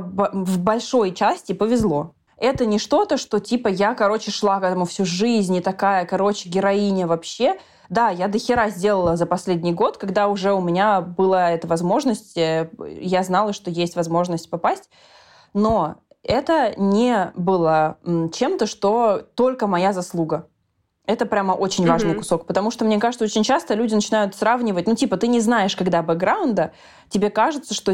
в большой части повезло. Это не что-то, что я, шла к этому всю жизнь и такая, героиня вообще. Да, я дохера сделала за последний год, когда уже у меня была эта возможность, я знала, что есть возможность попасть, но это не было чем-то, что только моя заслуга. Это прямо очень важный кусок, потому что, мне кажется, очень часто люди начинают сравнивать, ты не знаешь, когда бэкграунда, тебе кажется, что,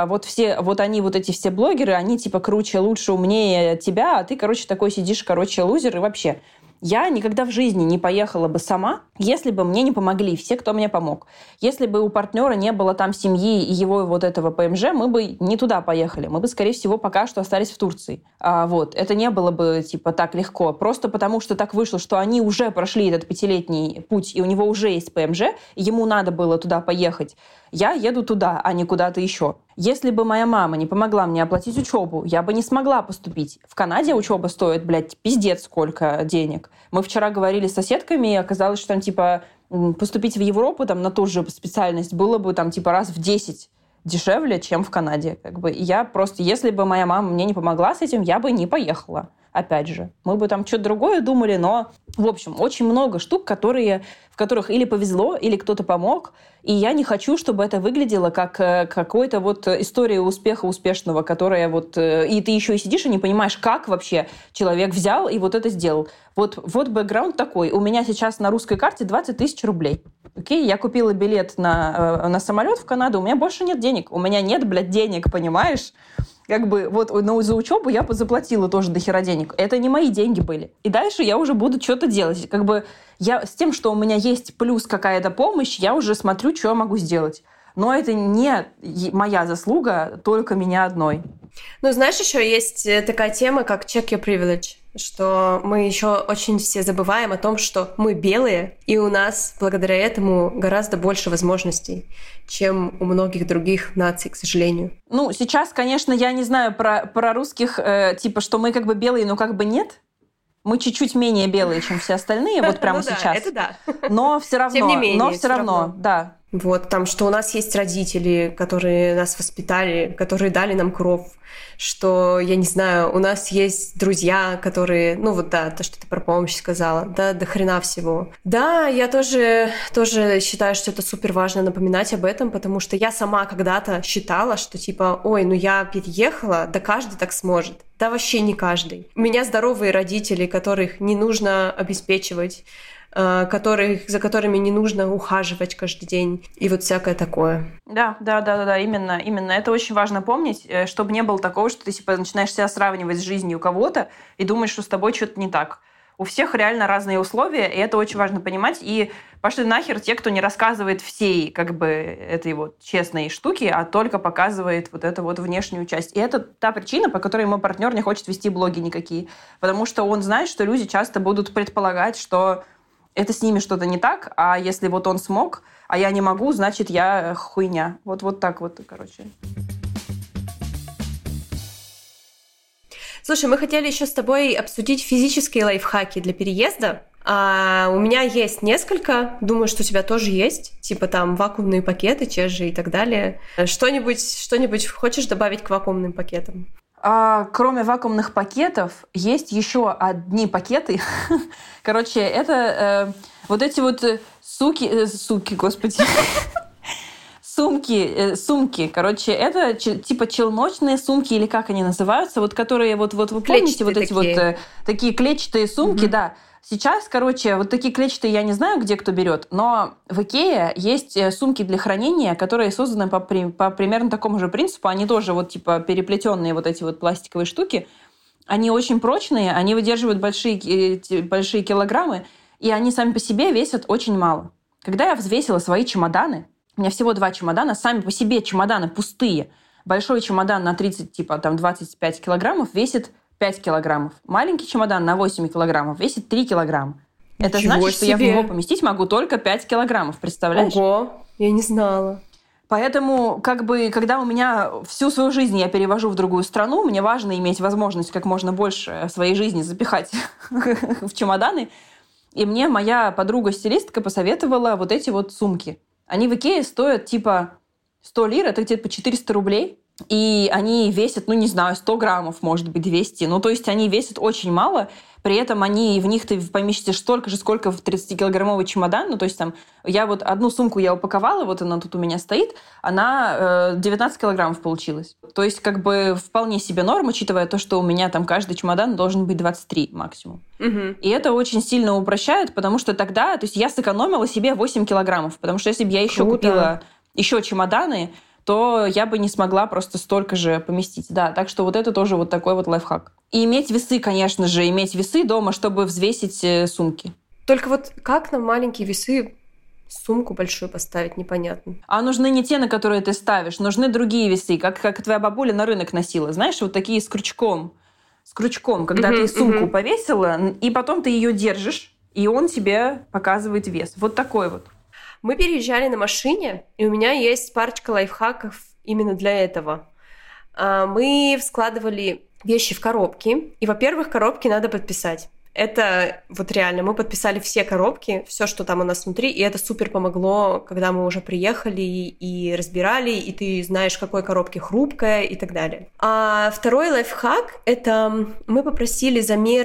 эти все блогеры, они, круче, лучше, умнее тебя, а ты, такой сидишь, лузер и вообще. Я никогда в жизни не поехала бы сама, если бы мне не помогли все, кто мне помог. Если бы у партнера не было там семьи и его этого ПМЖ, мы бы не туда поехали. Мы бы, скорее всего, пока что остались в Турции. Это не было бы так легко. Просто потому, что так вышло, что они уже прошли этот 5-летний путь, и у него уже есть ПМЖ, и ему надо было туда поехать. Я еду туда, а не куда-то еще. Если бы моя мама не помогла мне оплатить учебу, я бы не смогла поступить. В Канаде учеба стоит, пиздец сколько денег. Мы вчера говорили с соседками, и оказалось, что поступить в Европу на ту же специальность было бы раз в 10 дешевле, чем в Канаде. Я просто, если бы моя мама мне не помогла с этим, я бы не поехала. Опять же, мы бы что-то другое думали, но, в общем, очень много штук, в которых или повезло, или кто-то помог, и я не хочу, чтобы это выглядело как какой-то история успеха успешного, которая и ты еще и сидишь и не понимаешь, как вообще человек взял и это сделал. Вот бэкграунд такой. У меня сейчас на русской карте 20 тысяч рублей. Окей, я купила билет на самолет в Канаду, у меня больше нет денег. У меня нет, денег, понимаешь? За учебу я заплатила тоже дохера денег. Это не мои деньги были. И дальше я уже буду что-то делать. Я с тем, что у меня есть плюс какая-то помощь, я уже смотрю, что я могу сделать. Но это не моя заслуга, только меня одной. Знаешь, еще есть такая тема, как check your privilege, что мы еще очень все забываем о том, что мы белые, и у нас благодаря этому гораздо больше возможностей, чем у многих других наций, к сожалению. Сейчас, конечно, я не знаю про русских, что мы белые, но нет. Мы чуть-чуть менее белые, чем все остальные, прямо сейчас. Это да. Но все равно. Тем не менее, все равно, да. Что у нас есть родители, которые нас воспитали, которые дали нам кровь, что, я не знаю, у нас есть друзья, которые, то, что ты про помощь сказала, до хрена всего. Да, я тоже считаю, что это супер важно напоминать об этом, потому что я сама когда-то считала, что я переехала, да каждый так сможет. Да вообще не каждый. У меня здоровые родители, которых не нужно обеспечивать, за которыми не нужно ухаживать каждый день и всякое такое. Да, именно. Это очень важно помнить, чтобы не было такого, что ты начинаешь себя сравнивать с жизнью кого-то и думаешь, что с тобой что-то не так. У всех реально разные условия, и это очень важно понимать. И пошли нахер те, кто не рассказывает всей как бы этой вот честной штуки, а только показывает вот эту вот внешнюю часть. И это та причина, по которой мой партнер не хочет вести блоги никакие. Потому что он знает, что люди часто будут предполагать, что это с ними что-то не так, а если вот он смог, а я не могу, значит, я хуйня. Вот так вот, короче. Слушай, мы хотели еще с тобой обсудить физические лайфхаки для переезда. У меня есть несколько, думаю, что у тебя тоже есть, типа там вакуумные пакеты те же и так далее. Что-нибудь хочешь добавить к вакуумным пакетам? Кроме вакуумных пакетов, есть еще одни пакеты. Короче, это вот эти вот суки, господи. Сумки, короче, это типа челночные сумки, или как они называются, вот которые вот вы помните, вот эти такие. Вот такие клетчатые сумки, да. Сейчас, короче, вот такие клетчатые я не знаю, где кто берет, но в Икее есть сумки для хранения, которые созданы по примерно такому же принципу. Они тоже вот типа переплетенные вот эти вот пластиковые штуки. Они очень прочные, они выдерживают большие килограммы, и они сами по себе весят очень мало. Когда я взвесила свои чемоданы, у меня всего 2 чемодана, сами по себе чемоданы пустые. Большой чемодан на 30, типа там 25 килограммов весит 5 килограммов. Маленький чемодан на 8 килограммов весит 3 килограмма. Это значит, что я в него поместить могу только 5 килограммов, представляешь? Ого, я не знала. Поэтому, как бы, когда у меня всю свою жизнь я перевожу в другую страну, мне важно иметь возможность как можно больше своей жизни запихать в чемоданы. И мне моя подруга-стилистка посоветовала вот эти вот сумки. Они в Икее стоят типа 100 лир, это где-то по 400 рублей. И они весят, 100 граммов, может быть, 200. То есть они весят очень мало. При этом в них ты поместишь столько же, сколько в 30-килограммовый чемодан. То есть там я вот одну сумку я упаковала, вот она тут у меня стоит, она 19 килограммов получилась. То есть как бы вполне себе норм, учитывая то, что у меня там каждый чемодан должен быть 23 максимум. Угу. И это очень сильно упрощает, потому что тогда, то есть я сэкономила себе 8 килограммов, потому что если бы я еще купила еще чемоданы, то я бы не смогла просто столько же поместить. Да, так что вот это тоже вот такой вот лайфхак. И иметь весы, конечно же, иметь весы дома, чтобы взвесить сумки. Только вот как на маленькие весы сумку большую поставить, непонятно. А нужны не те, на которые ты ставишь, нужны другие весы, как твоя бабуля на рынок носила. Знаешь, вот такие с крючком. С крючком, когда ты сумку повесила, и потом ты ее держишь, и он тебе показывает вес. Вот такой вот. Мы переезжали на машине, и у меня есть парочка лайфхаков именно для этого. Мы складывали вещи в коробки, и, во-первых, коробки надо подписать. Это вот реально, мы подписали все коробки, все, что там у нас внутри, и это супер помогло, когда мы уже приехали и разбирали, и ты знаешь, в какой коробке хрупкая и так далее. А второй лайфхак — это мы попросили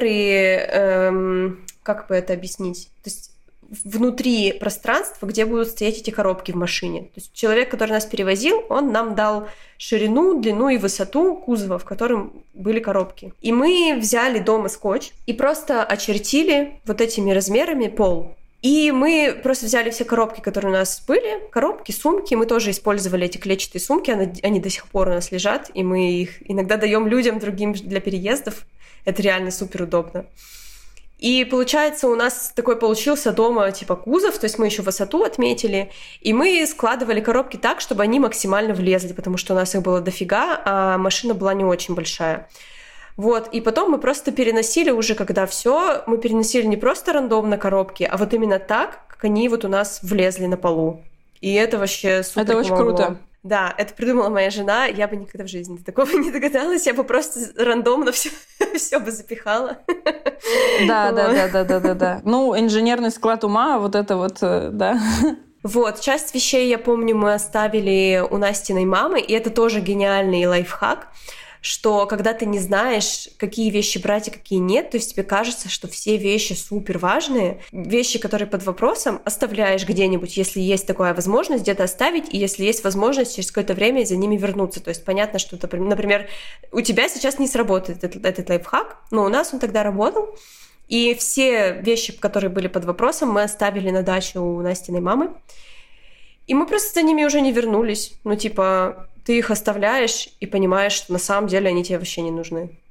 замеры, как бы это объяснить? То есть внутри пространства, где будут стоять эти коробки в машине. То есть человек, который нас перевозил, он нам дал ширину, длину и высоту кузова, в котором были коробки. И мы взяли дома скотч и просто очертили вот этими размерами пол. И мы просто взяли все коробки, которые у нас были, коробки, сумки. Мы тоже использовали эти клетчатые сумки, они до сих пор у нас лежат, и мы их иногда даем людям другим для переездов. Это реально супер удобно. И получается, у нас такой получился дома типа кузов, то есть мы еще высоту отметили, и мы складывали коробки так, чтобы они максимально влезли, потому что у нас их было дофига, а машина была не очень большая. Вот, и потом мы просто переносили уже, когда все, мы переносили не просто рандомно коробки, а вот именно так, как они вот у нас влезли на полу. И это вообще супер помогло. Это очень круто. Да, это придумала моя жена, я бы никогда в жизни до такого не догадалась, я бы просто рандомно все бы запихала. Да. Инженерный склад ума, вот это вот, да. Вот, часть вещей, я помню, мы оставили у Настиной мамы, и это тоже гениальный лайфхак, что когда ты не знаешь, какие вещи брать и какие нет, то есть тебе кажется, что все вещи супер важные, вещи, которые под вопросом, оставляешь где-нибудь, если есть такая возможность где-то оставить, и если есть возможность через какое-то время за ними вернуться. То есть понятно, что, например, у тебя сейчас не сработает этот лайфхак, но у нас он тогда работал, и все вещи, которые были под вопросом, мы оставили на даче у Настиной мамы, и мы просто за ними уже не вернулись. Ты их оставляешь и понимаешь, что на самом деле они тебе вообще не нужны.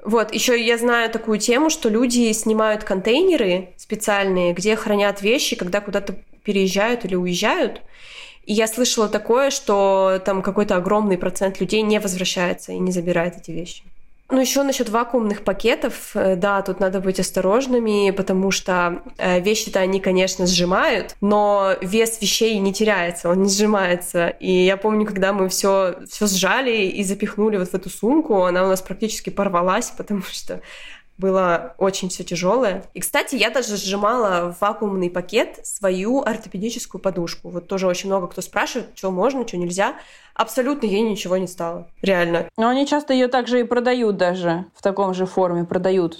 Вот, еще я знаю такую тему, что люди снимают контейнеры специальные, где хранят вещи, когда куда-то переезжают или уезжают. И я слышала такое, что там какой-то огромный процент людей не возвращается и не забирает эти вещи. Ну, еще насчет вакуумных пакетов, да, тут надо быть осторожными, потому что вещи-то они, конечно, сжимают, но вес вещей не теряется, он не сжимается. И я помню, когда мы все сжали и запихнули вот в эту сумку, она у нас практически порвалась, потому что было очень все тяжелое. И, кстати, я даже сжимала в вакуумный пакет свою ортопедическую подушку. Вот тоже очень много кто спрашивает, что можно, что нельзя. Абсолютно ей ничего не стало. Реально. Но они часто ее также и продают даже. В таком же форме продают.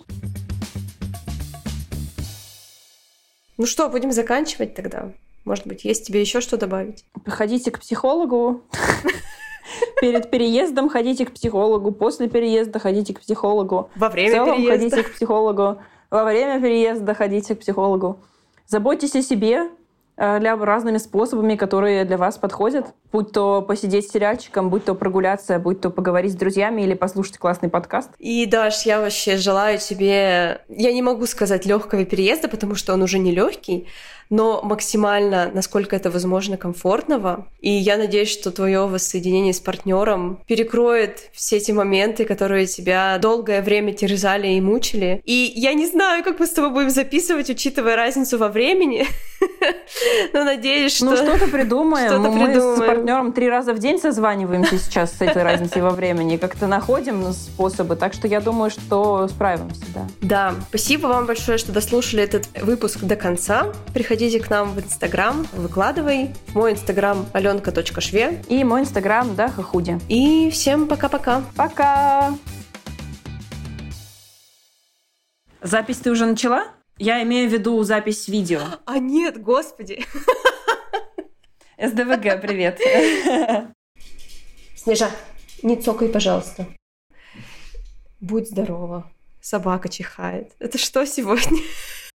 Ну что, будем заканчивать тогда? Может быть, есть тебе еще что добавить? Ходите к психологу. Перед переездом ходите к психологу, после переезда ходите к психологу. Во время переезда ходите к психологу. Во время переезда ходите к психологу. Заботьтесь о себе разными способами, которые для вас подходят. Будь то посидеть с сериальчиком, будь то прогуляться, будь то поговорить с друзьями или послушать классный подкаст. И, Даш, я вообще желаю тебе... Я не могу сказать легкого переезда, потому что он уже не легкий, но максимально, насколько это возможно, комфортного. И я надеюсь, что твое воссоединение с партнером перекроет все эти моменты, которые тебя долгое время терзали и мучили. И я не знаю, как мы с тобой будем записывать, учитывая разницу во времени. Но надеюсь, что... Ну, что-то придумаем. Мы с партнером 3 раза в день созваниваемся сейчас с этой разницей во времени. Как-то находим способы. Так что я думаю, что справимся, да. Да. Спасибо вам большое, что дослушали этот выпуск до конца. Приходите к нам в Инстаграм, выкладывай. Мой Инстаграм alenka.шве. И мой Инстаграм Даха-Худи. И всем пока-пока. Пока! Запись ты уже начала? Я имею в виду запись видео. А нет, господи. СДВГ, привет. Снежа, не цокай, пожалуйста. Будь здорова. Собака чихает. Это что сегодня?